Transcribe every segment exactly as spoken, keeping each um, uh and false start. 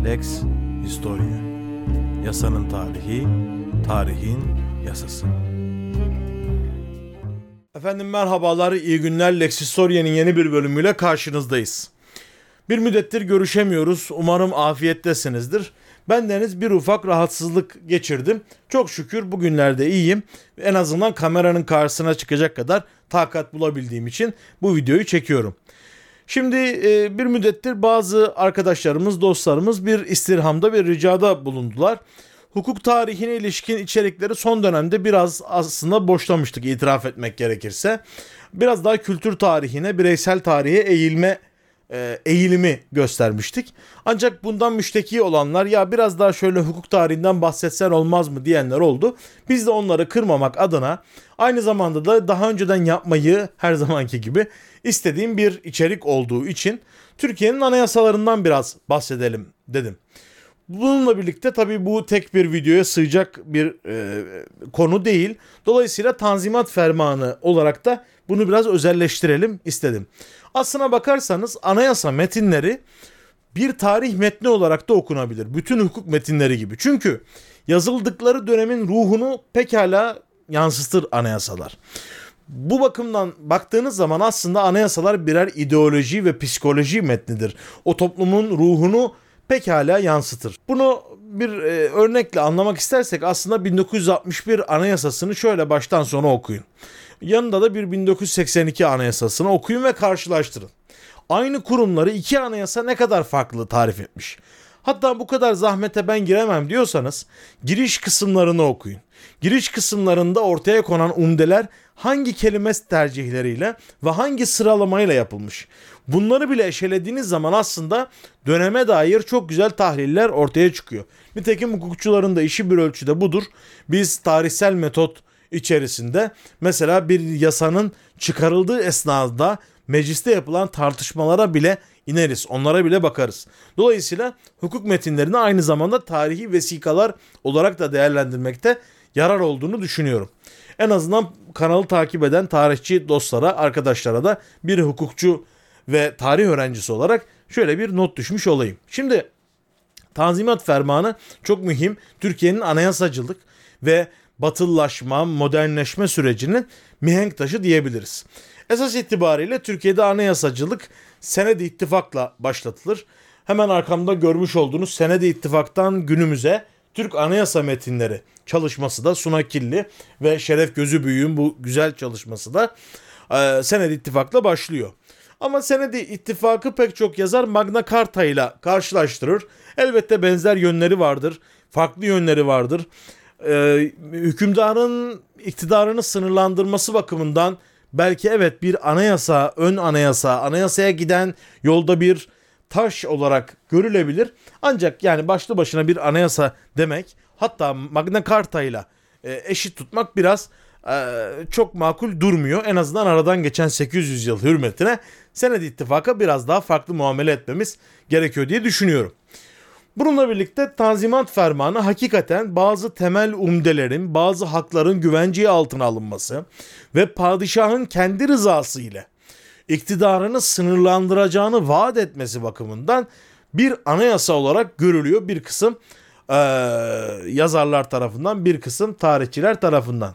Lex Historia. Yasanın tarihi, tarihin yasası. Efendim merhabalar, iyi günler. Lex Historia'nın yeni bir bölümüyle karşınızdayız. Bir müddettir görüşemiyoruz. Umarım afiyettesinizdir. Bendeniz bir ufak rahatsızlık geçirdim. Çok şükür bugünlerde iyiyim. En azından kameranın karşısına çıkacak kadar takat bulabildiğim için bu videoyu çekiyorum. Şimdi e, bir müddettir bazı arkadaşlarımız, dostlarımız bir istirhamda, bir ricada bulundular. Hukuk tarihine ilişkin içerikleri son dönemde biraz aslında boşlamıştık, itiraf etmek gerekirse. Biraz daha kültür tarihine, bireysel tarihe eğilme e, eğilimi göstermiştik. Ancak bundan müşteki olanlar, ya biraz daha şöyle hukuk tarihinden bahsetsen olmaz mı diyenler oldu. Biz de onları kırmamak adına, aynı zamanda da daha önceden yapmayı her zamanki gibi istediğim bir içerik olduğu için Türkiye'nin anayasalarından biraz bahsedelim dedim. Bununla birlikte tabii bu tek bir videoya sığacak bir e, konu değil. Dolayısıyla Tanzimat Fermanı olarak da bunu biraz özelleştirelim istedim. Aslına bakarsanız anayasa metinleri bir tarih metni olarak da okunabilir. Bütün hukuk metinleri gibi. Çünkü yazıldıkları dönemin ruhunu pekala yansıtır anayasalar. Bu bakımdan baktığınız zaman aslında anayasalar birer ideoloji ve psikoloji metnidir. O toplumun ruhunu pekala yansıtır. Bunu bir e, örnekle anlamak istersek aslında bin dokuz yüz altmış bir anayasasını şöyle baştan sona okuyun. Yanında da bir bin dokuz yüz seksen iki anayasasını okuyun ve karşılaştırın. Aynı kurumları iki anayasa ne kadar farklı tarif etmiş. Hatta bu kadar zahmete ben giremem diyorsanız giriş kısımlarını okuyun. Giriş kısımlarında ortaya konan umdeler hangi kelime tercihleriyle ve hangi sıralamayla yapılmış. Bunları bile eşelediğiniz zaman aslında döneme dair çok güzel tahliller ortaya çıkıyor. Nitekim hukukçuların da işi bir ölçüde budur. Biz tarihsel metot içerisinde mesela bir yasanın çıkarıldığı esnada mecliste yapılan tartışmalara bile ineriz. Onlara bile bakarız. Dolayısıyla hukuk metinlerini aynı zamanda tarihi vesikalar olarak da değerlendirmekte yarar olduğunu düşünüyorum. En azından kanalı takip eden tarihçi dostlara, arkadaşlara da bir hukukçu ve tarih öğrencisi olarak şöyle bir not düşmüş olayım. Şimdi Tanzimat Fermanı çok mühim. Türkiye'nin anayasacılık ve batılılaşma, modernleşme sürecinin mihenk taşı diyebiliriz. Esas itibariyle Türkiye'de anayasacılık senedi ittifakla başlatılır. Hemen arkamda görmüş olduğunuz senedi ittifaktan günümüze Türk anayasa metinleri çalışması da Suna Killi ve Şeref Gözübüyük'ün bu güzel çalışması da e, senedi ittifakla başlıyor. Ama senedi ittifakı pek çok yazar Magna Carta ile karşılaştırır. Elbette benzer yönleri vardır, farklı yönleri vardır. Ee, hükümdarın iktidarını sınırlandırması bakımından belki evet bir anayasa, ön anayasa, anayasaya giden yolda bir taş olarak görülebilir. Ancak yani başlı başına bir anayasa demek, hatta Magna Carta ile eşit tutmak biraz e, çok makul durmuyor. En azından aradan geçen sekiz yüz yıl hürmetine senedi ittifaka biraz daha farklı muamele etmemiz gerekiyor diye düşünüyorum. Bununla birlikte Tanzimat Fermanı hakikaten bazı temel umdelerin, bazı hakların güvenceye altına alınması ve padişahın kendi rızası ile iktidarını sınırlandıracağını vaat etmesi bakımından bir anayasa olarak görülüyor bir kısım e, yazarlar tarafından, bir kısım tarihçiler tarafından.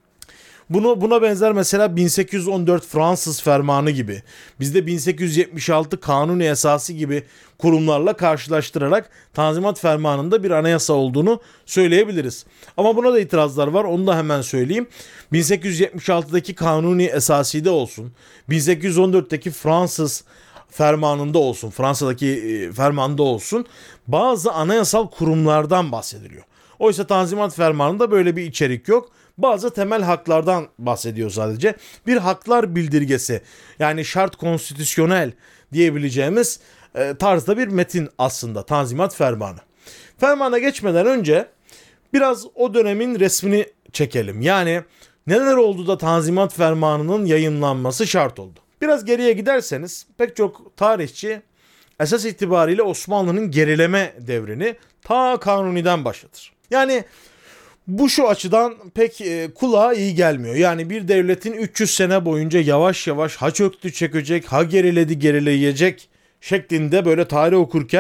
Bunu buna benzer mesela bin sekiz yüz on dört Fransız Fermanı gibi, bizde bin sekiz yüz yetmiş altı Kanuni Esası gibi kurumlarla karşılaştırarak Tanzimat Fermanı'nda bir anayasa olduğunu söyleyebiliriz. Ama buna da itirazlar var, onu da hemen söyleyeyim. bin sekiz yüz yetmiş altıdaki Kanuni Esasi'de olsun, bin sekiz yüz on dörtteki Fransız fermanında olsun, Fransa'daki e, fermanda olsun bazı anayasal kurumlardan bahsediliyor. Oysa Tanzimat Fermanı'nda böyle bir içerik yok. Bazı temel haklardan bahsediyor sadece. Bir haklar bildirgesi, yani şart konstitüsyonel diyebileceğimiz e, tarzda bir metin aslında Tanzimat Fermanı. Fermana geçmeden önce biraz o dönemin resmini çekelim. Yani neler oldu da Tanzimat Fermanı'nın yayınlanması şart oldu. Biraz geriye giderseniz pek çok tarihçi esas itibariyle Osmanlı'nın gerileme devrini ta Kanuni'den başlatır. Yani bu şu açıdan pek e, kulağa iyi gelmiyor. Yani bir devletin üç yüz sene boyunca yavaş yavaş ha çöktü çökecek, ha geriledi gerileyecek şeklinde böyle tarih okurken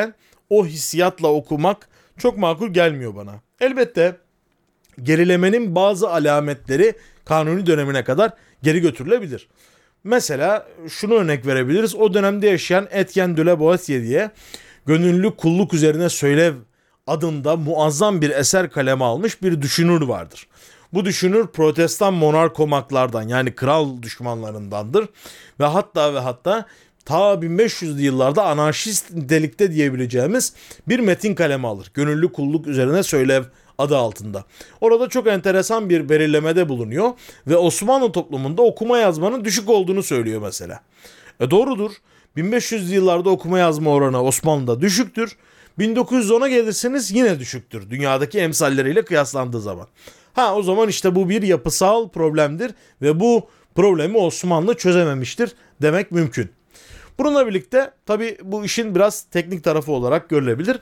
o hissiyatla okumak çok makul gelmiyor bana. Elbette gerilemenin bazı alametleri Kanuni dönemine kadar geri götürülebilir. Mesela şunu örnek verebiliriz. O dönemde yaşayan Etienne de la Boétie diye gönüllü kulluk üzerine söylev adında muazzam bir eser kaleme almış bir düşünür vardır. Bu düşünür protestan monarkomaklardan, yani kral düşmanlarındandır ve hatta ve hatta ta bin beş yüzlü yıllarda anarşist nitelikte diyebileceğimiz bir metin kaleme alır. Gönüllü kulluk üzerine söylev adı altında. Orada çok enteresan bir belirlemede bulunuyor ve Osmanlı toplumunda okuma yazmanın düşük olduğunu söylüyor mesela. E doğrudur. bin beş yüzlü yıllarda okuma yazma oranı Osmanlı'da düşüktür. bin dokuz yüz ona gelirseniz yine düşüktür dünyadaki emsalleriyle kıyaslandığı zaman. Ha, o zaman işte bu bir yapısal problemdir ve bu problemi Osmanlı çözememiştir demek mümkün. Bununla birlikte tabii bu işin biraz teknik tarafı olarak görülebilir.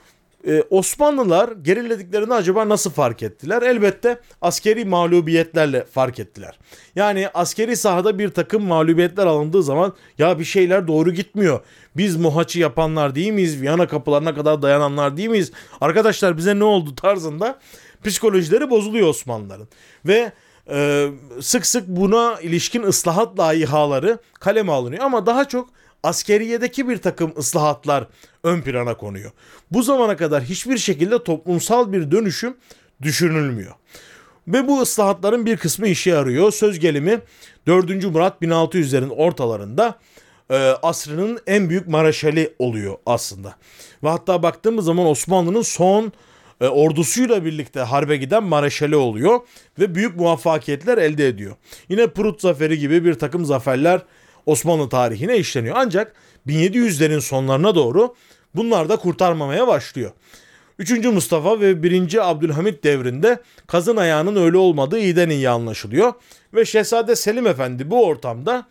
Ee, Osmanlılar gerilediklerini acaba nasıl fark ettiler? Elbette askeri mağlubiyetlerle fark ettiler. Yani askeri sahada bir takım mağlubiyetler alındığı zaman ya bir şeyler doğru gitmiyor. Biz Mohaç'ı yapanlar değil miyiz? Viyana kapılarına kadar dayananlar değil miyiz? Arkadaşlar bize ne oldu tarzında psikolojileri bozuluyor Osmanlıların. Ve e, sık sık buna ilişkin ıslahat layihaları kaleme alınıyor. Ama daha çok askeriyedeki bir takım ıslahatlar ön plana konuyor. Bu zamana kadar hiçbir şekilde toplumsal bir dönüşüm düşünülmüyor. Ve bu ıslahatların bir kısmı işe yarıyor. Söz gelimi dördüncü Murat bin altı yüzlerin ortalarında e, asrının en büyük mareşali oluyor aslında. Ve hatta baktığımız zaman Osmanlı'nın son e, ordusuyla birlikte harbe giden mareşali oluyor ve büyük muvaffakiyetler elde ediyor. Yine Prut Zaferi gibi bir takım zaferler Osmanlı tarihine işleniyor. Ancak bin yedi yüzlerin sonlarına doğru bunlar da kurtarmamaya başlıyor. üçüncü Mustafa ve birinci Abdülhamit devrinde kazın ayağının öyle olmadığı iyiden iyi anlaşılıyor. Ve Şehzade Selim Efendi bu ortamda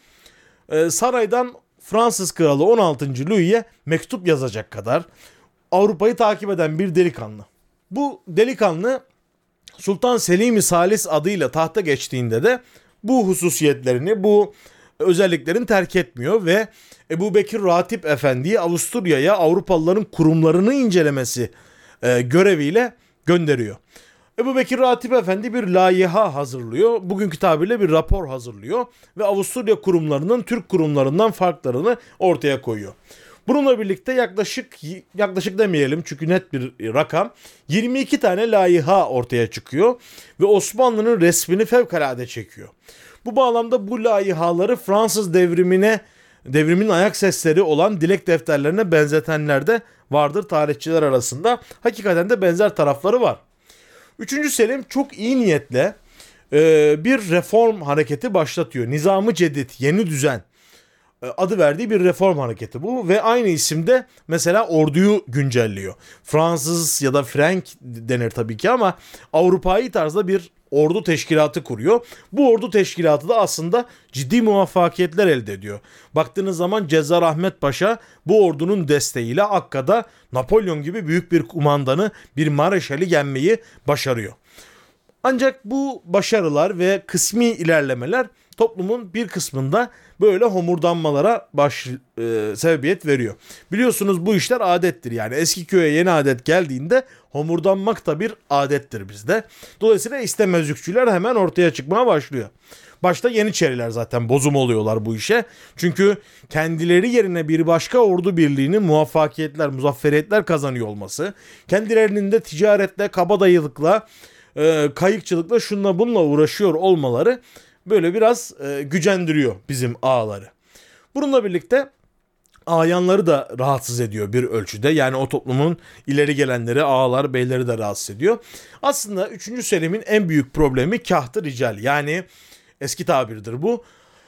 e, saraydan Fransız kralı on altıncı Louis'e mektup yazacak kadar Avrupa'yı takip eden bir delikanlı. Bu delikanlı Sultan Selim-i Salis adıyla tahta geçtiğinde de bu hususiyetlerini, bu özelliklerini terk etmiyor ve Ebu Bekir Ratip Efendi'yi Avusturya'ya Avrupalıların kurumlarını incelemesi e, göreviyle gönderiyor. Ebu Bekir Ratip Efendi bir layiha hazırlıyor. Bugünkü tabirle bir rapor hazırlıyor ve Avusturya kurumlarının Türk kurumlarından farklarını ortaya koyuyor. Bununla birlikte yaklaşık yaklaşık demeyelim çünkü net bir rakam, yirmi iki tane layiha ortaya çıkıyor ve Osmanlı'nın resmini fevkalade çekiyor. Bu bağlamda bu layihaları Fransız devrimine, devrimin ayak sesleri olan dilek defterlerine benzetenler de vardır tarihçiler arasında. Hakikaten de benzer tarafları var. üçüncü Selim çok iyi niyetle e, bir reform hareketi başlatıyor. Nizam-ı Cedid, yeni düzen adı verdiği bir reform hareketi bu ve aynı isimde mesela orduyu güncelliyor. Fransız ya da Frank denir tabii ki ama Avrupa'yı tarzda bir ordu teşkilatı kuruyor. Bu ordu teşkilatı da aslında ciddi muvaffakiyetler elde ediyor. Baktığınız zaman Cezzar Ahmet Paşa bu ordunun desteğiyle Akka'da Napolyon gibi büyük bir kumandanı, bir mareşali yenmeyi başarıyor. Ancak bu başarılar ve kısmi ilerlemeler toplumun bir kısmında böyle homurdanmalara baş e, sebebiyet veriyor. Biliyorsunuz bu işler adettir. Yani eski köye yeni adet geldiğinde homurdanmak da bir adettir bizde. Dolayısıyla istemezlikçiler hemen ortaya çıkmaya başlıyor. Başta Yeniçeriler zaten bozum oluyorlar bu işe. Çünkü kendileri yerine bir başka ordu birliğinin muvaffakiyetler, muzafferiyetler kazanıyor olması, kendilerinin de ticaretle, kabadayılıkla, e, kayıkçılıkla şunla bununla uğraşıyor olmaları böyle biraz e, gücendiriyor bizim ağaları. Bununla birlikte ağayanları da rahatsız ediyor bir ölçüde. Yani o toplumun ileri gelenleri, ağalar, beyleri de rahatsız ediyor. Aslında üçüncü Selim'in en büyük problemi kahtı rical. Yani eski tabirdir bu.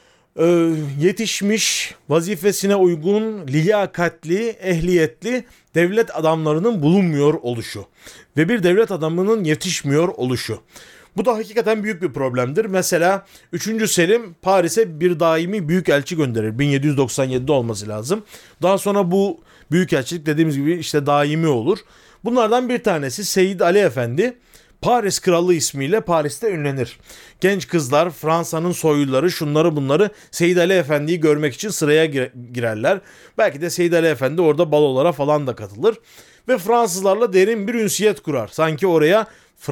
Ee, yetişmiş, vazifesine uygun, liyakatli, ehliyetli devlet adamlarının bulunmuyor oluşu. Ve bir devlet adamının yetişmiyor oluşu. Bu da hakikaten büyük bir problemdir. Mesela üçüncü Selim Paris'e bir daimi büyükelçi gönderir. bin yedi yüz doksan yedide olması lazım. Daha sonra bu büyükelçilik dediğimiz gibi işte daimi olur. Bunlardan bir tanesi Seyyid Ali Efendi Paris Kralı ismiyle Paris'te ünlenir. Genç kızlar, Fransa'nın soyluları, şunları bunları Seyyid Ali Efendi'yi görmek için sıraya girerler. Belki de Seyyid Ali Efendi orada balolara falan da katılır. Ve Fransızlarla derin bir ünsiyet kurar. Sanki oraya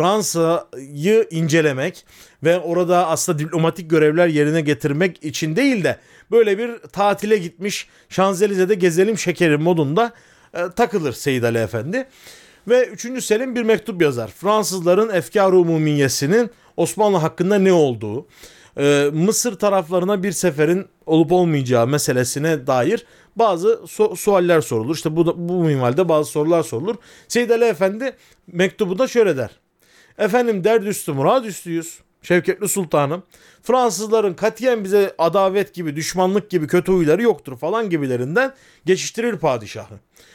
Fransa'yı incelemek ve orada aslında diplomatik görevler yerine getirmek için değil de böyle bir tatile gitmiş, Şanzelize'de gezelim şekerim modunda e, takılır Seyyid Ali Efendi. Ve üçüncü Selim bir mektup yazar. Fransızların efkar-ı umumiyesinin Osmanlı hakkında ne olduğu, e, Mısır taraflarına bir seferin olup olmayacağı meselesine dair bazı so- sualler sorulur. İşte bu, bu minvalde bazı sorular sorulur. Seyyid Ali Efendi mektubu da şöyle der. Efendim derdüstü murad üstüyüz. Şevketli Sultanım. Fransızların katiyen bize adavet gibi, düşmanlık gibi kötü huyları yoktur falan gibilerinden geçiştirir padişahı.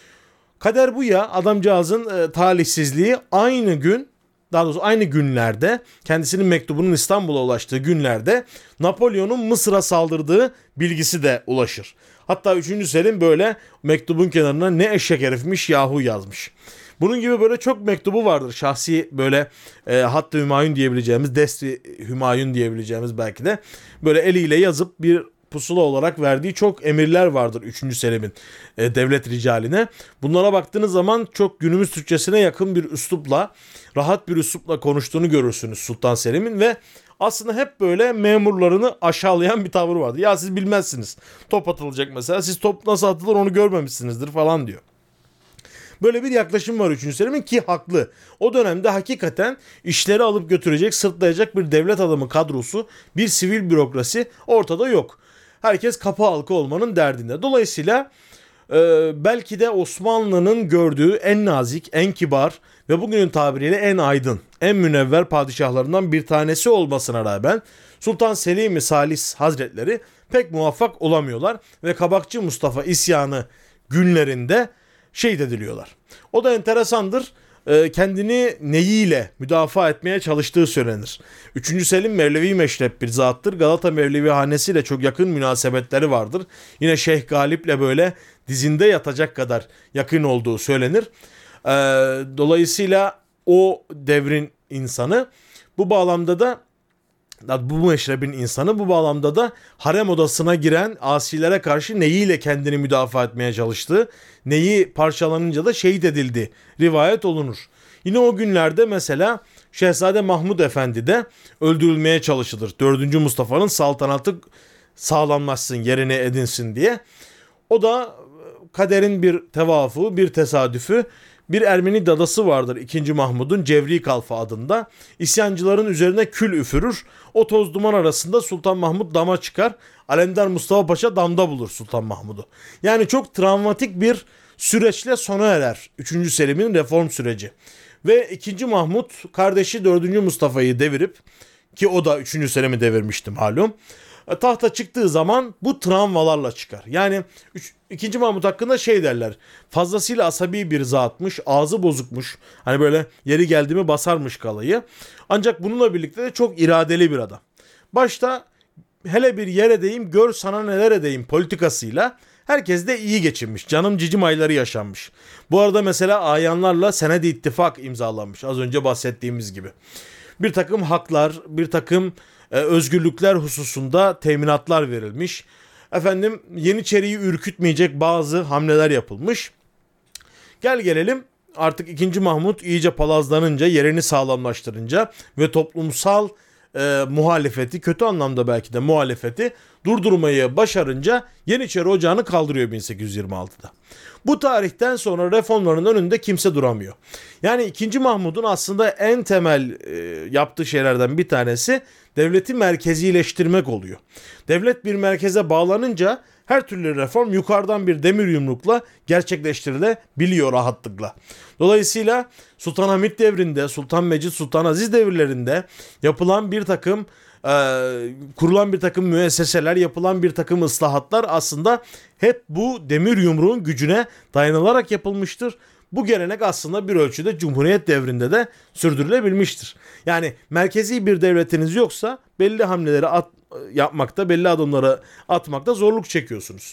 Kader bu ya, adamcağızın e, talihsizliği aynı gün, daha doğrusu aynı günlerde, kendisinin mektubunun İstanbul'a ulaştığı günlerde Napolyon'un Mısır'a saldırdığı bilgisi de ulaşır. Hatta üçüncü Selim böyle mektubun kenarına ne eşek herifmiş yahu yazmış. Bunun gibi böyle çok mektubu vardır. Şahsi böyle e, Hattı Hümayun diyebileceğimiz, Desti Hümayun diyebileceğimiz belki de böyle eliyle yazıp bir pusula olarak verdiği çok emirler vardır üçüncü Selim'in e, devlet ricaline. Bunlara baktığınız zaman çok günümüz Türkçesine yakın bir üslupla, rahat bir üslupla konuştuğunu görürsünüz Sultan Selim'in ve aslında hep böyle memurlarını aşağılayan bir tavır vardır. Ya siz bilmezsiniz. Top atılacak mesela. Siz top nasıl atılır onu görmemişsinizdir falan diyor. Böyle bir yaklaşım var üçüncü Selim'in ki haklı. O dönemde hakikaten işleri alıp götürecek, sırtlayacak bir devlet adamı kadrosu, bir sivil bürokrasi ortada yok. Herkes kapı halkı olmanın derdinde. Dolayısıyla e, belki de Osmanlı'nın gördüğü en nazik, en kibar ve bugünün tabiriyle en aydın, en münevver padişahlarından bir tanesi olmasına rağmen Sultan Selim-i Salis Hazretleri pek muvaffak olamıyorlar ve Kabakçı Mustafa isyanı günlerinde şehit ediliyorlar. O da enteresandır. Kendini neyiyle müdafaa etmeye çalıştığı söylenir. üçüncü Selim Mevlevi meşrep bir zattır. Galata Mevlevi hanesiyle çok yakın münasebetleri vardır. Yine Şeyh Galip'le böyle dizinde yatacak kadar yakın olduğu söylenir. Dolayısıyla o devrin insanı, bu bağlamda da bu meşrebin insanı bu bağlamda da harem odasına giren asilere karşı neyiyle kendini müdafaa etmeye çalıştığı, neyi parçalanınca da şehit edildi rivayet olunur. Yine o günlerde mesela Şehzade Mahmud Efendi de öldürülmeye çalışılır. dördüncü Mustafa'nın saltanatı sağlanmazsın, yerine edinsin diye. O da kaderin bir tevafuğu, bir tesadüfü. Bir Ermeni dadası vardır ikinci Mahmud'un, Cevri Kalfa adında. İsyancıların üzerine kül üfürür. O toz duman arasında Sultan Mahmud dama çıkar. Alemdar Mustafa Paşa damda bulur Sultan Mahmud'u. Yani çok travmatik bir süreçle sona erer üçüncü Selim'in reform süreci. Ve ikinci Mahmud kardeşi dördüncü Mustafa'yı devirip, ki o da üçüncü Selim'i devirmişti malum, tahta çıktığı zaman bu travmalarla çıkar. Yani ikinci Mahmut hakkında şey derler. Fazlasıyla asabi bir zatmış, ağzı bozukmuş. Hani böyle yeri geldi mi basarmış kalayı. Ancak bununla birlikte de çok iradeli bir adam. Başta hele bir yer edeyim, gör sana neler edeyim politikasıyla herkes de iyi geçinmiş. Canım cicim ayları yaşanmış. Bu arada mesela ayanlarla senedi ittifak imzalanmış. Az önce bahsettiğimiz gibi. Bir takım haklar, bir takım e, özgürlükler hususunda teminatlar verilmiş. Efendim Yeniçeri'yi ürkütmeyecek bazı hamleler yapılmış. Gel gelelim artık ikinci Mahmut iyice palazlanınca, yerini sağlamlaştırınca ve toplumsal e, muhalefeti, kötü anlamda belki de muhalefeti durdurmayı başarınca Yeniçeri Ocağı'nı kaldırıyor bin sekiz yüz yirmi altıda. Bu tarihten sonra reformların önünde kimse duramıyor. Yani ikinci Mahmud'un aslında en temel e, yaptığı şeylerden bir tanesi devleti merkezileştirmek oluyor. Devlet bir merkeze bağlanınca her türlü reform yukarıdan bir demir yumrukla gerçekleştirilebiliyor rahatlıkla. Dolayısıyla Sultanahmet devrinde, Sultan Mecid, Sultan Aziz devirlerinde yapılan bir takım e, kurulan bir takım müesseseler, yapılan bir takım ıslahatlar aslında hep bu demir yumruğun gücüne dayanılarak yapılmıştır. Bu gelenek aslında bir ölçüde Cumhuriyet devrinde de sürdürülebilmiştir. Yani merkezi bir devletiniz yoksa belli hamleleri at, yapmakta, belli adımları atmakta zorluk çekiyorsunuz.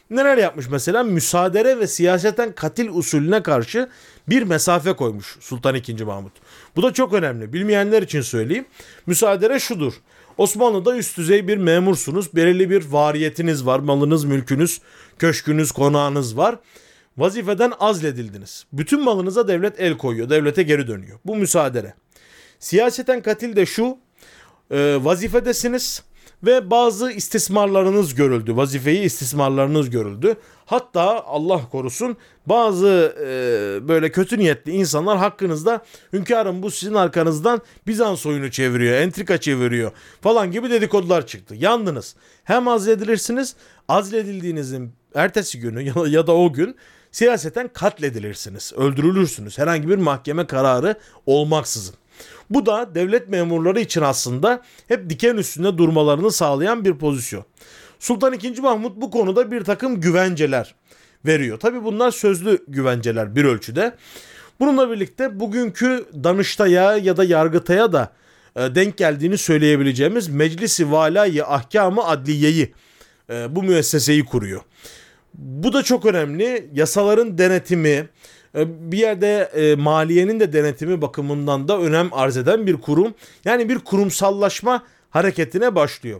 Neler yapmış mesela? Müsaadere ve siyaseten katil usulüne karşı bir mesafe koymuş Sultan ikinci. Mahmut. Bu da çok önemli. Bilmeyenler için söyleyeyim. Müsaadere şudur. Osmanlı'da üst düzey bir memursunuz. Belirli bir variyetiniz var. Malınız, mülkünüz, köşkünüz, konağınız var. Vazifeden azledildiniz. Bütün malınıza devlet el koyuyor. Devlete geri dönüyor. Bu müsaadere. Siyaseten katil de şu. E, vazifedesiniz ve bazı istismarlarınız görüldü. Vazifeyi istismarlarınız görüldü. Hatta Allah korusun bazı e, böyle kötü niyetli insanlar hakkınızda hünkârım bu sizin arkanızdan Bizans oyunu çeviriyor, entrika çeviriyor falan gibi dedikodular çıktı. Yandınız. Hem azledilirsiniz, azledildiğinizin ertesi günü ya, ya da o gün siyaseten katledilirsiniz, öldürülürsünüz. Herhangi bir mahkeme kararı olmaksızın. Bu da devlet memurları için aslında hep diken üstünde durmalarını sağlayan bir pozisyon. Sultan ikinci. Mahmut bu konuda bir takım güvenceler veriyor. Tabi bunlar sözlü güvenceler bir ölçüde. Bununla birlikte bugünkü Danıştay'a ya da Yargıtay'a da e, denk geldiğini söyleyebileceğimiz Meclis-i Valâ-i Ahkâm-ı Adliye'yi, e, bu müesseseyi kuruyor. Bu da çok önemli. Yasaların denetimi, bir yerde e, maliyenin de denetimi bakımından da önem arz eden bir kurum. Yani bir kurumsallaşma hareketine başlıyor.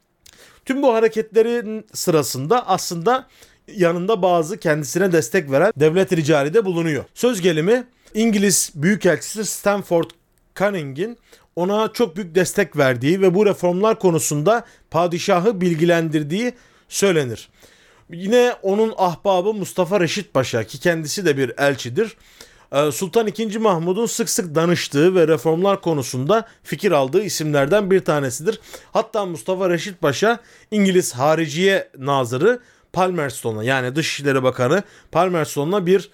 Tüm bu hareketlerin sırasında aslında yanında bazı kendisine destek veren devlet ricali de bulunuyor. Söz gelimi İngiliz Büyükelçisi Stanford Cunning'in ona çok büyük destek verdiği ve bu reformlar konusunda padişahı bilgilendirdiği söylenir. Yine onun ahbabı Mustafa Reşit Paşa ki kendisi de bir elçidir. Sultan ikinci. Mahmud'un sık sık danıştığı ve reformlar konusunda fikir aldığı isimlerden bir tanesidir. Hatta Mustafa Reşit Paşa İngiliz Hariciye Nazırı Palmerston'a, yani Dışişleri Bakanı Palmerston'la bir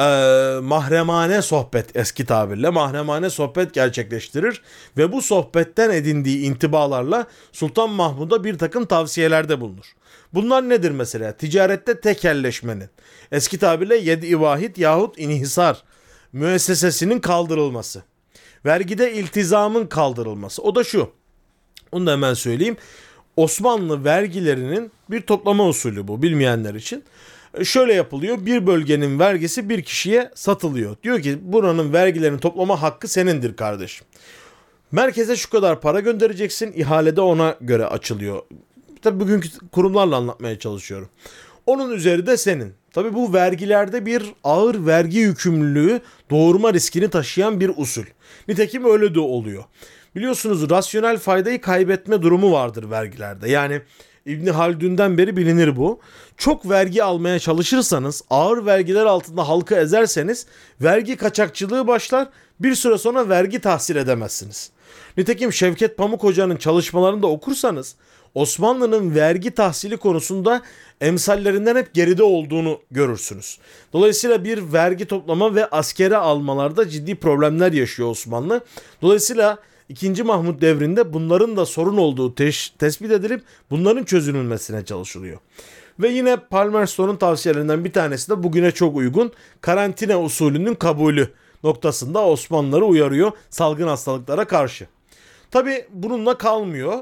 e, mahremane sohbet, eski tabirle mahremane sohbet gerçekleştirir ve bu sohbetten edindiği intibalarla Sultan Mahmud'a bir takım tavsiyelerde bulunur. Bunlar nedir mesela? Ticarette tekelleşmenin, eski tabirle yed-i vahid yahut inhisar müessesesinin kaldırılması. Vergide iltizamın kaldırılması. O da şu. Onu da hemen söyleyeyim. Osmanlı vergilerinin bir toplama usulü bu, bilmeyenler için. Şöyle yapılıyor. Bir bölgenin vergisi bir kişiye satılıyor. Diyor ki buranın vergilerini toplama hakkı senindir kardeşim. Merkeze şu kadar para göndereceksin. İhalede ona göre açılıyor. Tabii bugünkü kurumlarla anlatmaya çalışıyorum. Onun üzeri de senin. Tabii bu vergilerde bir ağır vergi yükümlülüğü doğurma riskini taşıyan bir usul. Nitekim öyle de oluyor. Biliyorsunuz rasyonel faydayı kaybetme durumu vardır vergilerde. Yani İbni Haldun'dan beri bilinir bu. Çok vergi almaya çalışırsanız, ağır vergiler altında halkı ezerseniz vergi kaçakçılığı başlar. Bir süre sonra vergi tahsil edemezsiniz. Nitekim Şevket Pamuk Hoca'nın çalışmalarını da okursanız Osmanlı'nın vergi tahsili konusunda emsallerinden hep geride olduğunu görürsünüz. Dolayısıyla bir vergi toplama ve askere almalarda ciddi problemler yaşıyor Osmanlı. Dolayısıyla ikinci. Mahmut devrinde bunların da sorun olduğu teş- tespit edilip bunların çözülmesine çalışılıyor. Ve yine Palmerston'un tavsiyelerinden bir tanesi de bugüne çok uygun karantina usulünün kabulü noktasında Osmanlıları uyarıyor salgın hastalıklara karşı. Tabi bununla kalmıyor.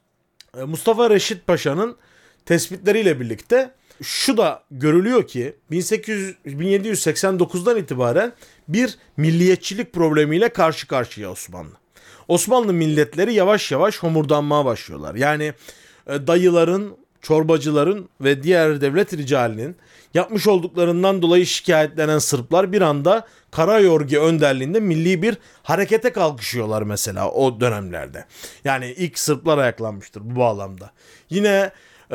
Mustafa Reşit Paşa'nın tespitleriyle birlikte şu da görülüyor ki bin sekiz yüz bin yedi yüz seksen dokuzdan itibaren bir milliyetçilik problemiyle karşı karşıya Osmanlı. Osmanlı milletleri yavaş yavaş homurdanmaya başlıyorlar. Yani dayıların, çorbacıların ve diğer devlet ricalinin yapmış olduklarından dolayı şikayetlenen Sırplar bir anda Karayorgi önderliğinde milli bir harekete kalkışıyorlar mesela o dönemlerde. Yani ilk Sırplar ayaklanmıştır bu bağlamda. Yine e,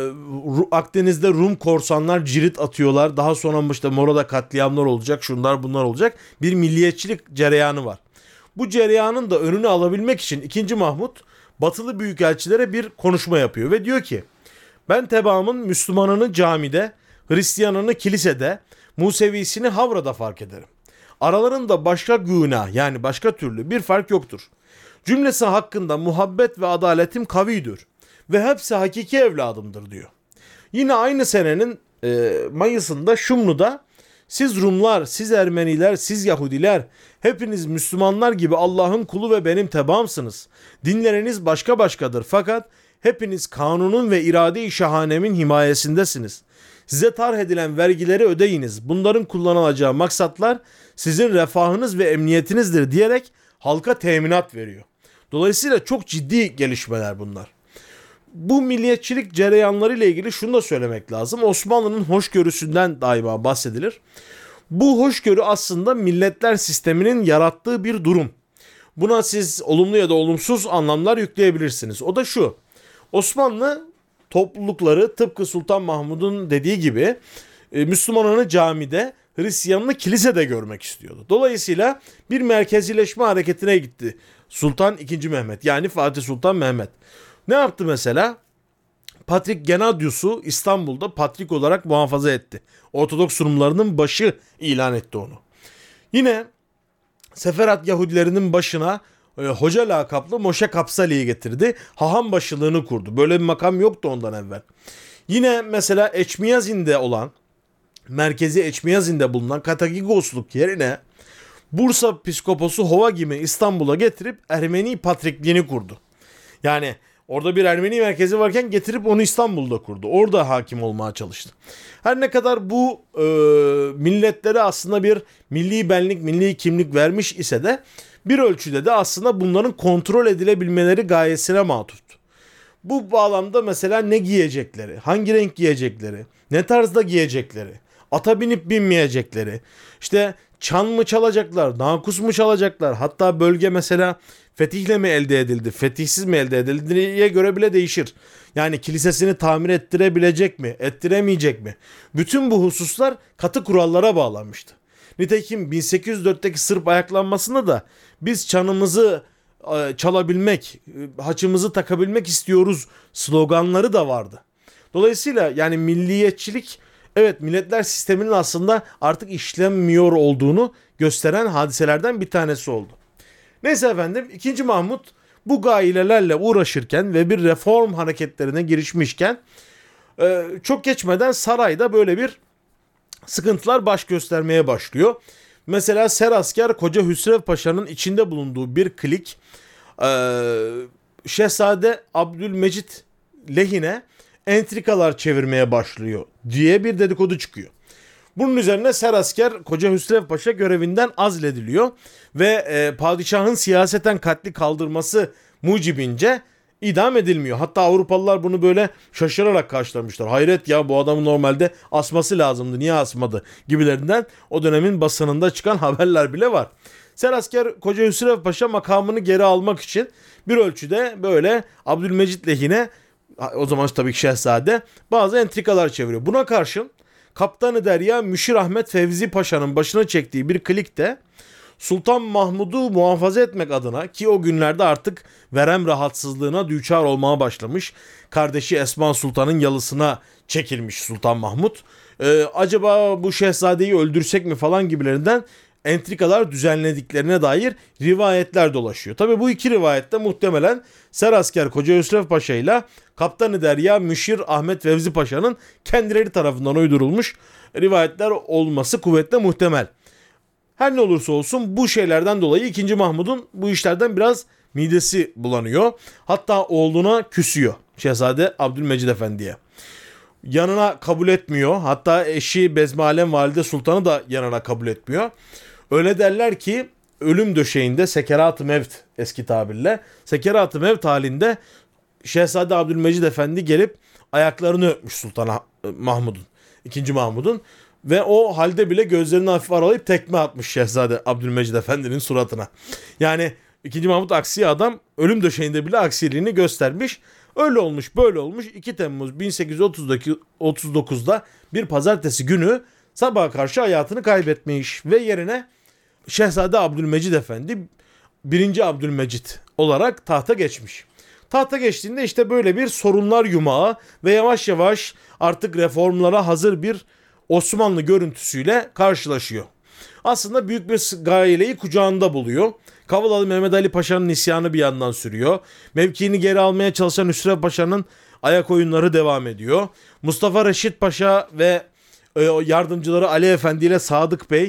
Akdeniz'de Rum korsanlar cirit atıyorlar. Daha sonra işte Mora'da katliamlar olacak, şunlar bunlar olacak. Bir milliyetçilik cereyanı var. Bu cereyanın da önünü alabilmek için ikinci. Mahmut batılı büyükelçilere bir konuşma yapıyor ve diyor ki ben tebaamın Müslümanını camide, Hristiyanını kilisede, Musevisini havrada fark ederim. Aralarında başka günah yani başka türlü bir fark yoktur. Cümlesi hakkında muhabbet ve adaletim kavidir ve hepsi hakiki evladımdır diyor. Yine aynı senenin e, Mayıs'ında Şumlu'da siz Rumlar, siz Ermeniler, siz Yahudiler hepiniz Müslümanlar gibi Allah'ın kulu ve benim tebaamsınız. Dinleriniz başka başkadır fakat hepiniz kanunun ve irade-i şahanemin himayesindesiniz. Size tarh edilen vergileri ödeyiniz. Bunların kullanılacağı maksatlar sizin refahınız ve emniyetinizdir diyerek halka teminat veriyor. Dolayısıyla çok ciddi gelişmeler bunlar. Bu milliyetçilik cereyanları ile ilgili şunu da söylemek lazım. Osmanlı'nın hoşgörüsünden daima bahsedilir. Bu hoşgörü aslında milletler sisteminin yarattığı bir durum. Buna siz olumlu ya da olumsuz anlamlar yükleyebilirsiniz. O da şu: Osmanlı toplulukları tıpkı Sultan Mahmud'un dediği gibi e, Müslümanını camide, Hristiyanını kilisede görmek istiyordu. Dolayısıyla bir merkezileşme hareketine gitti Sultan ikinci. Mehmet, yani Fatih Sultan Mehmet. Ne yaptı mesela? Patrik Gennadius'u İstanbul'da patrik olarak muhafaza etti. Ortodoks Rumlarının başı ilan etti onu. Yine Seferat Yahudilerinin başına e, hoca lakaplı Moşe Kapsali'yi getirdi. Haham başılığını kurdu. Böyle bir makam yoktu ondan evvel. Yine mesela Eçmiyazin'de olan, merkezi Eçmiyazin'de bulunan Katagigosluk yerine Bursa Piskoposu Hovagim'i İstanbul'a getirip Ermeni Patrikliğini kurdu. Yani orada bir Ermeni merkezi varken getirip onu İstanbul'da kurdu. Orada hakim olmaya çalıştı. Her ne kadar bu e, milletlere aslında bir milli benlik, milli kimlik vermiş ise de bir ölçüde de aslında bunların kontrol edilebilmeleri gayesine matuftu. Bu bağlamda mesela ne giyecekleri, hangi renk giyecekleri, ne tarzda giyecekleri, ata binip binmeyecekleri, işte çan mı çalacaklar, nakus mu çalacaklar, hatta bölge mesela fetihle mi elde edildi, fetihsiz mi elde edildiğine göre bile değişir. Yani kilisesini tamir ettirebilecek mi, ettiremeyecek mi? Bütün bu hususlar katı kurallara bağlanmıştı. Nitekim bin sekiz yüz dörtteki Sırp ayaklanmasında da biz çanımızı çalabilmek, haçımızı takabilmek istiyoruz sloganları da vardı. Dolayısıyla yani milliyetçilik, evet, milletler sisteminin aslında artık işlenmiyor olduğunu gösteren hadiselerden bir tanesi oldu. Neyse efendim, ikinci. Mahmut bu gailelerle uğraşırken ve bir reform hareketlerine girişmişken çok geçmeden sarayda böyle bir sıkıntılar baş göstermeye başlıyor. Mesela Serasker Koca Hüsrev Paşa'nın içinde bulunduğu bir klik Şehzade Abdülmecit lehine entrikalar çevirmeye başlıyor diye bir dedikodu çıkıyor. Bunun üzerine Serasker Koca Hüsrev Paşa görevinden azlediliyor ve e, padişahın siyaseten katli kaldırması mucibince idam edilmiyor. Hatta Avrupalılar bunu böyle şaşırarak karşılamışlar. Hayret ya, bu adamı normalde asması lazımdı, niye asmadı gibilerinden o dönemin basınında çıkan haberler bile var. Serasker Koca Hüsrev Paşa makamını geri almak için bir ölçüde böyle Abdülmecit lehine, o zaman tabii ki şehzade, bazı entrikalar çeviriyor. Buna karşın Kaptanı Derya Müşir Ahmet Fevzi Paşa'nın başına çektiği bir klikte Sultan Mahmud'u muhafaza etmek adına, ki o günlerde artık verem rahatsızlığına düçar olmaya başlamış, kardeşi Esma Sultan'ın yalısına çekilmiş Sultan Mahmud, ee, acaba bu şehzadeyi öldürsek mi falan gibilerinden entrikalar düzenlediklerine dair rivayetler dolaşıyor. Tabii bu iki rivayette muhtemelen Serasker Koca Hüsrev Paşa ile Kaptanı Derya Müşir Ahmet Fevzi Paşa'nın kendileri tarafından uydurulmuş rivayetler olması kuvvetle muhtemel. Her ne olursa olsun bu şeylerden dolayı ikinci. Mahmud'un bu işlerden biraz midesi bulanıyor. Hatta oğluna küsüyor, Şehzade Abdülmecid Efendi'ye. Yanına kabul etmiyor. Hatta eşi Bezmialem Valide Sultan'ı da yanına kabul etmiyor. Öyle derler ki ölüm döşeğinde, sekerat-ı mevt eski tabirle, sekerat-ı mevt halinde Şehzade Abdülmecid Efendi gelip ayaklarını öpmüş Sultan Mahmud'un, ikinci. Mahmud'un ve o halde bile gözlerini hafif aralayıp tekme atmış Şehzade Abdülmecid Efendi'nin suratına. Yani ikinci. Mahmud aksi adam, ölüm döşeğinde bile aksiliğini göstermiş. Öyle olmuş, böyle olmuş. iki Temmuz bin sekiz yüz otuz dokuzda bir pazartesi günü sabaha karşı hayatını kaybetmiş ve yerine Şehzade Abdülmecid Efendi birinci. Abdülmecit olarak tahta geçmiş. Tahta geçtiğinde işte böyle bir sorunlar yumağı ve yavaş yavaş artık reformlara hazır bir Osmanlı görüntüsüyle karşılaşıyor. Aslında büyük bir gaileyi kucağında buluyor. Kavalalı Mehmet Ali Paşa'nın isyanı bir yandan sürüyor. Mevkiini geri almaya çalışan Hüsrev Paşa'nın ayak oyunları devam ediyor. Mustafa Reşit Paşa ve yardımcıları Ali Efendi ile Sadık Bey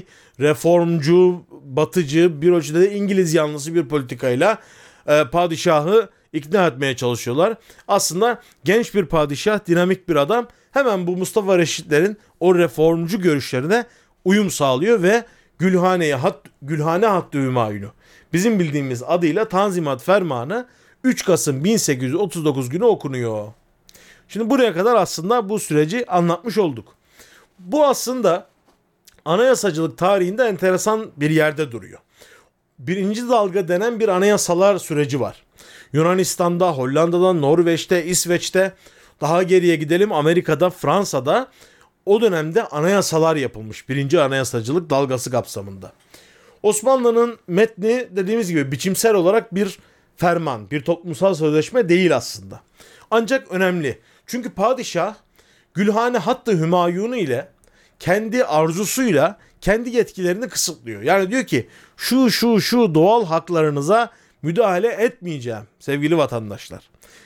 reformcu, batıcı, bir ölçüde de İngiliz yanlısı bir politikayla padişahı ikna etmeye çalışıyorlar. Aslında genç bir padişah, dinamik bir adam hemen bu Mustafa Reşitlerin o reformcu görüşlerine uyum sağlıyor ve Gülhane'ye hat, Gülhane Hattı Hümayunu, bizim bildiğimiz adıyla Tanzimat Fermanı üç Kasım bin sekiz yüz otuz dokuz günü okunuyor. Şimdi buraya kadar aslında bu süreci anlatmış olduk. Bu aslında anayasacılık tarihinde enteresan bir yerde duruyor. Birinci dalga denen bir anayasalar süreci var. Yunanistan'da, Hollanda'da, Norveç'te, İsveç'te, daha geriye gidelim Amerika'da, Fransa'da o dönemde anayasalar yapılmış. Birinci anayasacılık dalgası kapsamında. Osmanlı'nın metni dediğimiz gibi biçimsel olarak bir ferman, bir toplumsal sözleşme değil aslında. Ancak önemli. Çünkü padişah Gülhane Hattı Hümayunu ile kendi arzusuyla kendi yetkilerini kısıtlıyor. Yani diyor ki şu şu şu doğal haklarınıza müdahale etmeyeceğim sevgili vatandaşlar.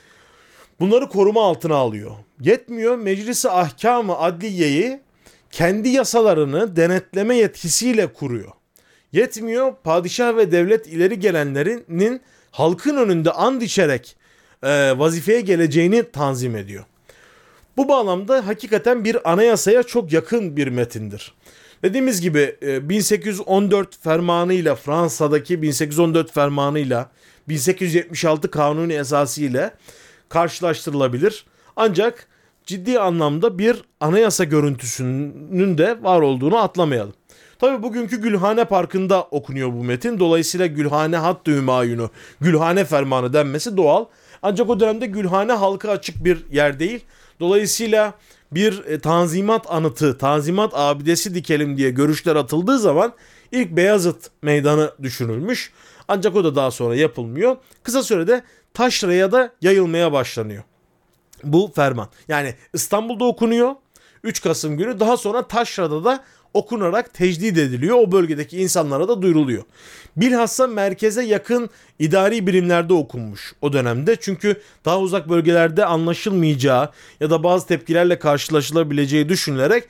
Bunları koruma altına alıyor. Yetmiyor, Meclis-i Ahkam-ı Adliye'yi kendi yasalarını denetleme yetkisiyle kuruyor. Yetmiyor, padişah ve devlet ileri gelenlerinin halkın önünde and içerek e, vazifeye geleceğini tanzim ediyor. Bu bağlamda hakikaten bir anayasaya çok yakın bir metindir. Dediğimiz gibi bin sekiz yüz on dört fermanıyla, Fransa'daki bin sekiz yüz on dört fermanıyla, bin sekiz yüz yetmiş altı Kanuni Esası ile karşılaştırılabilir. Ancak ciddi anlamda bir anayasa görüntüsünün de var olduğunu atlamayalım. Tabii bugünkü Gülhane Parkı'nda okunuyor bu metin. Dolayısıyla Gülhane Hattı Hümayunu, Gülhane Fermanı denmesi doğal. Ancak o dönemde Gülhane halka açık bir yer değil. Dolayısıyla bir e, tanzimat anıtı, tanzimat abidesi dikelim diye görüşler atıldığı zaman ilk Beyazıt Meydanı düşünülmüş. Ancak o da daha sonra yapılmıyor. Kısa sürede Taşra'ya da yayılmaya başlanıyor bu ferman. Yani İstanbul'da okunuyor üç Kasım günü, daha sonra Taşra'da da okunarak tecdid ediliyor. O bölgedeki insanlara da duyuruluyor. Bilhassa merkeze yakın idari birimlerde okunmuş o dönemde. Çünkü daha uzak bölgelerde anlaşılmayacağı ya da bazı tepkilerle karşılaşılabileceği düşünülerek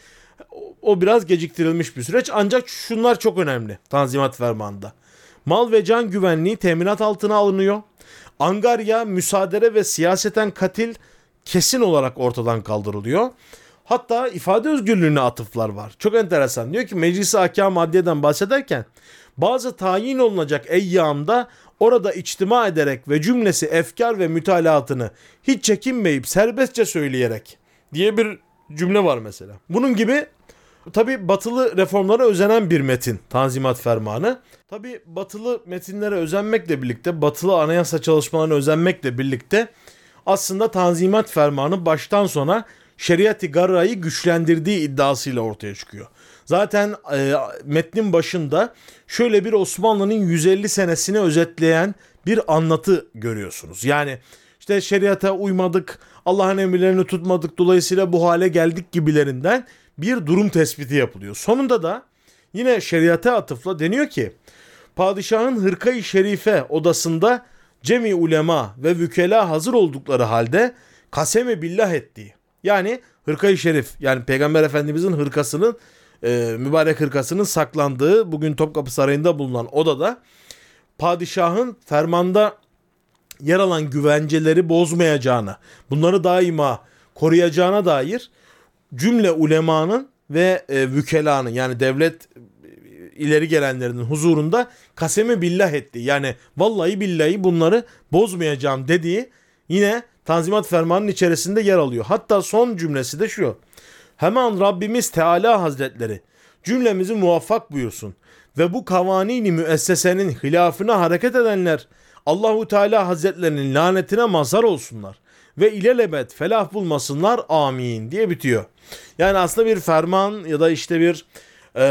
o biraz geciktirilmiş bir süreç. Ancak şunlar çok önemli Tanzimat Fermanı'nda. Mal ve can güvenliği teminat altına alınıyor. Angarya, müsaadere ve siyaseten katil kesin olarak ortadan kaldırılıyor. Hatta ifade özgürlüğüne atıflar var. Çok enteresan. Diyor ki Meclis-i Ahkam-ı Adliye'den bahsederken bazı tayin olunacak eyyamda orada içtima ederek ve cümlesi efkar ve mütalaatını hiç çekinmeyip serbestçe söyleyerek diye bir cümle var mesela. Bunun gibi tabi batılı reformlara özenen bir metin Tanzimat Fermanı. Tabi batılı metinlere özenmekle birlikte, batılı anayasa çalışmalarına özenmekle birlikte aslında Tanzimat Fermanı baştan sona şeriat-ı garrayı güçlendirdiği iddiasıyla ortaya çıkıyor. Zaten e, metnin başında şöyle bir Osmanlı'nın yüz elli senesini özetleyen bir anlatı görüyorsunuz. Yani işte şeriata uymadık, Allah'ın emirlerini tutmadık, dolayısıyla bu hale geldik gibilerinden bir durum tespiti yapılıyor. Sonunda da yine şeriata atıfla deniyor ki padişahın hırka-i şerife odasında cemi ulema ve vükela hazır oldukları halde kasem-i billah ettiği. Yani hırka-i şerif, yani Peygamber Efendimizin hırkasının e, mübarek hırkasının saklandığı bugün Topkapı Sarayı'nda bulunan odada padişahın fermanda yer alan güvenceleri bozmayacağına, bunları daima koruyacağına dair cümle ulemanın ve e, vükelanın, yani devlet ileri gelenlerinin huzurunda kasemi billah etti. Yani vallahi billahi bunları bozmayacağım dediği yine Tanzimat Fermanı'nın içerisinde yer alıyor. Hatta son cümlesi de şu: hemen Rabbimiz Teala Hazretleri cümlemizi muvaffak buyursun ve bu kavanini müessesenin hilafına hareket edenler Allahu Teala Hazretlerinin lanetine mazhar olsunlar ve ilelebet felah bulmasınlar, amin diye bitiyor. Yani aslında bir ferman ya da işte bir e,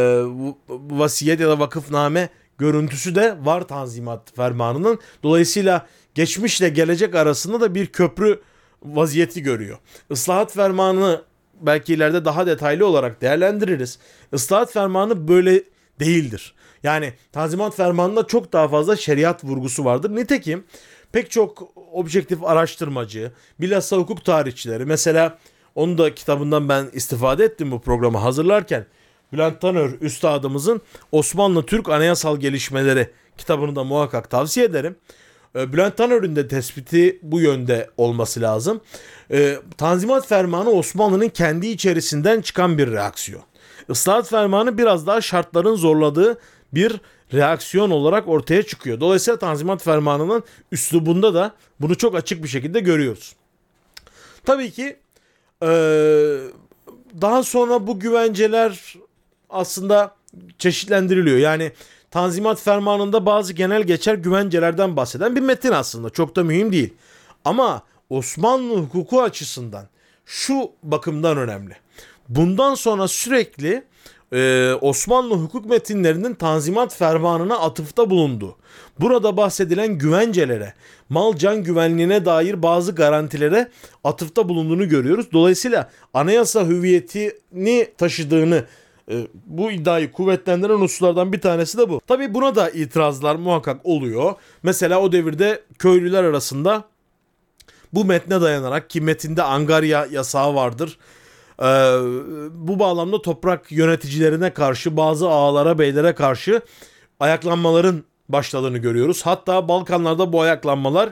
vasiyet ya da vakıfname görüntüsü de var Tanzimat Fermanı'nın. Dolayısıyla geçmişle gelecek arasında da bir köprü vaziyeti görüyor. Islahat Fermanı belki ileride daha detaylı olarak değerlendiririz. Islahat Fermanı böyle değildir. Yani Tanzimat Fermanı'nda çok daha fazla şeriat vurgusu vardır. Nitekim pek çok objektif araştırmacı, bilhassa hukuk tarihçileri, mesela onu da kitabından ben istifade ettim bu programı hazırlarken, Bülent Tanör üstadımızın Osmanlı Türk Anayasal Gelişmeleri kitabını da muhakkak tavsiye ederim. E, Bülent Tanör'ün de tespiti bu yönde olması lazım. E, Tanzimat Fermanı Osmanlı'nın kendi içerisinden çıkan bir reaksiyon. Islahat Fermanı biraz daha şartların zorladığı bir reaksiyon olarak ortaya çıkıyor. Dolayısıyla Tanzimat Fermanı'nın üslubunda da bunu çok açık bir şekilde görüyoruz. Tabii ki e, daha sonra bu güvenceler aslında çeşitlendiriliyor. Yani Tanzimat Fermanı'nda bazı genel geçer güvencelerden bahseden bir metin aslında. Çok da mühim değil. Ama Osmanlı hukuku açısından şu bakımdan önemli. Bundan sonra sürekli e, Osmanlı hukuk metinlerinin Tanzimat Fermanı'na atıfta bulundu. Burada bahsedilen güvencelere, mal can güvenliğine dair bazı garantilere atıfta bulunduğunu görüyoruz. Dolayısıyla anayasa hüviyetini taşıdığını, e, bu iddiayı kuvvetlendiren unsurlardan bir tanesi de bu. Tabii buna da itirazlar muhakkak oluyor. Mesela o devirde köylüler arasında bu metne dayanarak, ki metinde angarya yasağı vardır, Ee, bu bağlamda toprak yöneticilerine karşı, bazı ağalara, beylere karşı ayaklanmaların başladığını görüyoruz. Hatta Balkanlarda bu ayaklanmalar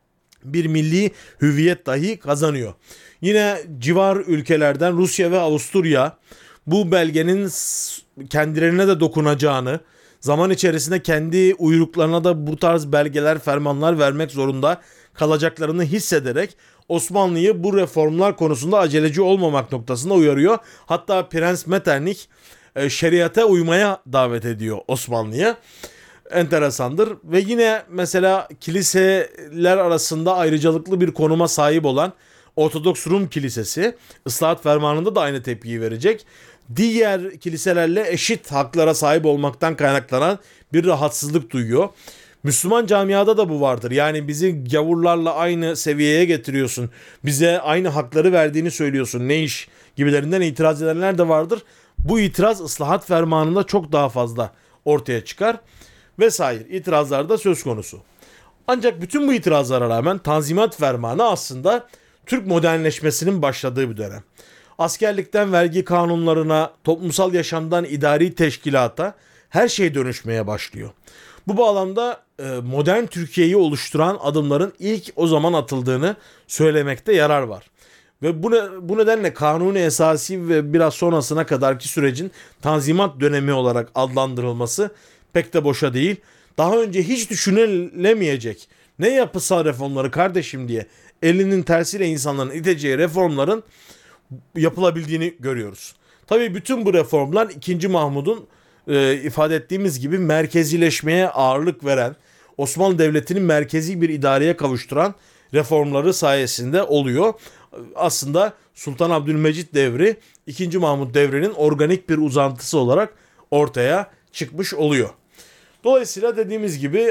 bir milli hüviyet dahi kazanıyor. Yine civar ülkelerden Rusya ve Avusturya bu belgenin kendilerine de dokunacağını, zaman içerisinde kendi uyruklarına da bu tarz belgeler, fermanlar vermek zorunda kalacaklarını hissederek Osmanlı'yı bu reformlar konusunda aceleci olmamak noktasında uyarıyor. Hatta Prens Metternich e, şeriata uymaya davet ediyor Osmanlı'ya. Enteresandır. Ve yine mesela kiliseler arasında ayrıcalıklı bir konuma sahip olan Ortodoks Rum Kilisesi Islahat Fermanı'nda da aynı tepkiyi verecek. Diğer kiliselerle eşit haklara sahip olmaktan kaynaklanan bir rahatsızlık duyuyor. Müslüman camiada da bu vardır. Yani bizi gavurlarla aynı seviyeye getiriyorsun, bize aynı hakları verdiğini söylüyorsun, ne iş gibilerinden itiraz edenler de vardır. Bu itiraz Islahat Fermanı'nda çok daha fazla ortaya çıkar vesaire. İtirazlar da söz konusu. Ancak bütün bu itirazlara rağmen Tanzimat Fermanı aslında Türk modernleşmesinin başladığı bir dönem. Askerlikten vergi kanunlarına, toplumsal yaşamdan idari teşkilata her şey dönüşmeye başlıyor. Bu bağlamda modern Türkiye'yi oluşturan adımların ilk o zaman atıldığını söylemekte yarar var. Ve bu, ne, bu nedenle Kanuni Esası ve biraz sonrasına kadarki sürecin Tanzimat dönemi olarak adlandırılması pek de boşa değil. Daha önce hiç düşünülemeyecek, ne yapısal reformları kardeşim diye elinin tersiyle insanların iteceği reformların yapılabildiğini görüyoruz. Tabii bütün bu reformlar ikinci. Mahmud'un e, ifade ettiğimiz gibi merkezileşmeye ağırlık veren, Osmanlı Devleti'nin merkezi bir idareye kavuşturan reformları sayesinde oluyor. Aslında Sultan Abdülmecit devri ikinci. Mahmud devrinin organik bir uzantısı olarak ortaya çıkmış oluyor. Dolayısıyla dediğimiz gibi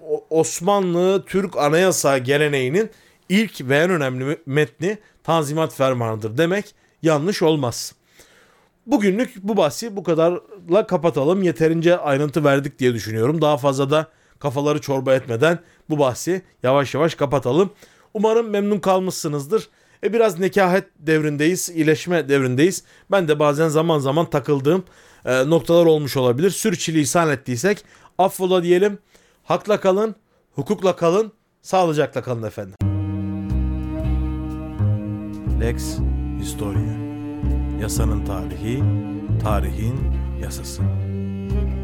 Osmanlı Türk anayasa geleneğinin ilk ve en önemli metni Tanzimat Fermanı'dır demek yanlış olmaz. Bugünlük bu bahsi bu kadarla kapatalım. Yeterince ayrıntı verdik diye düşünüyorum. Daha fazla da kafaları çorba etmeden bu bahsi yavaş yavaş kapatalım. Umarım memnun kalmışsınızdır. E biraz nekahet devrindeyiz, iyileşme devrindeyiz. Ben de bazen zaman zaman takıldığım e, noktalar olmuş olabilir. Sürçülisan ettiysek affola diyelim. Hakla kalın, hukukla kalın, sağlıcakla kalın efendim. Lex Historia. Yasanın tarihi, tarihin yasası.